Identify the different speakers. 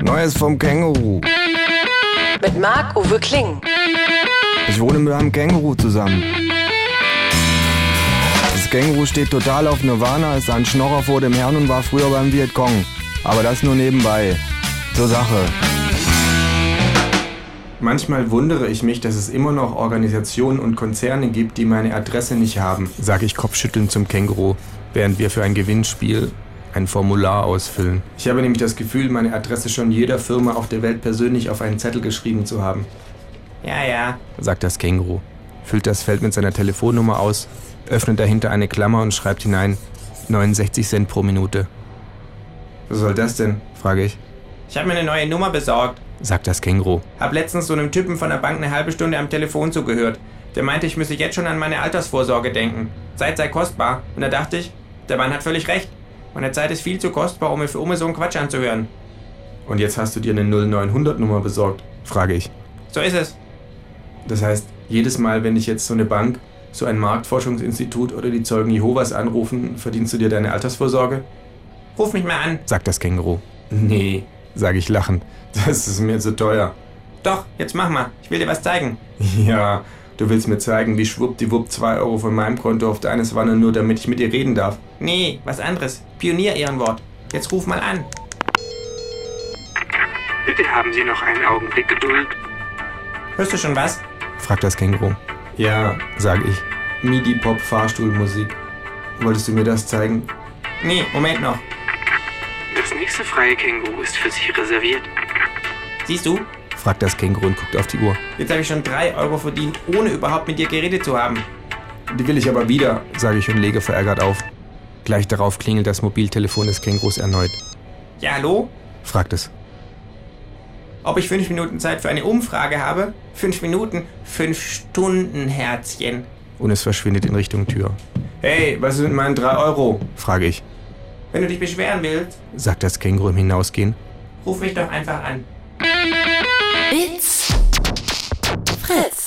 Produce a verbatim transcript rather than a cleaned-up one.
Speaker 1: Neues vom Känguru.
Speaker 2: Mit Marc-Uwe Kling.
Speaker 1: Ich wohne mit einem Känguru zusammen. Das Känguru steht total auf Nirvana, ist ein Schnorrer vor dem Herrn und war früher beim Vietcong. Aber das nur nebenbei. Zur Sache.
Speaker 3: Manchmal wundere ich mich, dass es immer noch Organisationen und Konzerne gibt, die meine Adresse nicht haben, sage ich kopfschüttelnd zum Känguru, während wir für ein Gewinnspiel ein Formular ausfüllen. Ich habe nämlich das Gefühl, meine Adresse schon jeder Firma auf der Welt persönlich auf einen Zettel geschrieben zu haben. Ja, ja, sagt das Känguru, füllt das Feld mit seiner Telefonnummer aus, öffnet dahinter eine Klammer und schreibt hinein neunundsechzig Cent pro Minute. Was soll das denn? Frage ich. Ich habe mir eine neue Nummer besorgt, sagt das Känguru. Hab letztens so einem Typen von der Bank eine halbe Stunde am Telefon zugehört. Der meinte, ich müsse jetzt schon an meine Altersvorsorge denken. Zeit sei kostbar. Und da dachte ich, der Mann hat völlig recht. Meine Zeit ist viel zu kostbar, um mir für Umme so einen Quatsch anzuhören. Und jetzt hast du dir eine null neun hundert Nummer besorgt, frage ich. So ist es. Das heißt, jedes Mal, wenn dich jetzt so eine Bank, so ein Marktforschungsinstitut oder die Zeugen Jehovas anrufen, verdienst du dir deine Altersvorsorge? Ruf mich mal an, sagt das Känguru. Nee, sage ich lachend. Das ist mir zu teuer. Doch, jetzt mach mal. Ich will dir was zeigen. Ja, du willst mir zeigen, wie schwuppdiwupp zwei Euro von meinem Konto auf deines wandern, nur damit ich mit dir reden darf. Nee, was anderes. Pionier-Ehrenwort. Jetzt ruf mal an.
Speaker 4: Bitte haben Sie noch einen Augenblick Geduld.
Speaker 3: Hörst du schon was? Fragt das Känguru. Ja, sage ich. Midi-Pop-Fahrstuhlmusik. Wolltest du mir das zeigen? Nee, Moment noch.
Speaker 4: Das nächste freie Känguru ist für Sie reserviert.
Speaker 3: Siehst du? Fragt das Känguru und guckt auf die Uhr. Jetzt habe ich schon drei Euro verdient, ohne überhaupt mit dir geredet zu haben. Die will ich aber wieder, sage ich und lege verärgert auf. Gleich darauf klingelt das Mobiltelefon des Kängurus erneut. Ja, hallo? Fragt es. Ob ich fünf Minuten Zeit für eine Umfrage habe? Fünf Minuten? Fünf Stunden, Herzchen. Und es verschwindet in Richtung Tür. Hey, was sind meine drei Euro? Frage ich. Wenn du dich beschweren willst, sagt das Känguru im Hinausgehen, ruf mich doch einfach an.
Speaker 2: It's Fritz.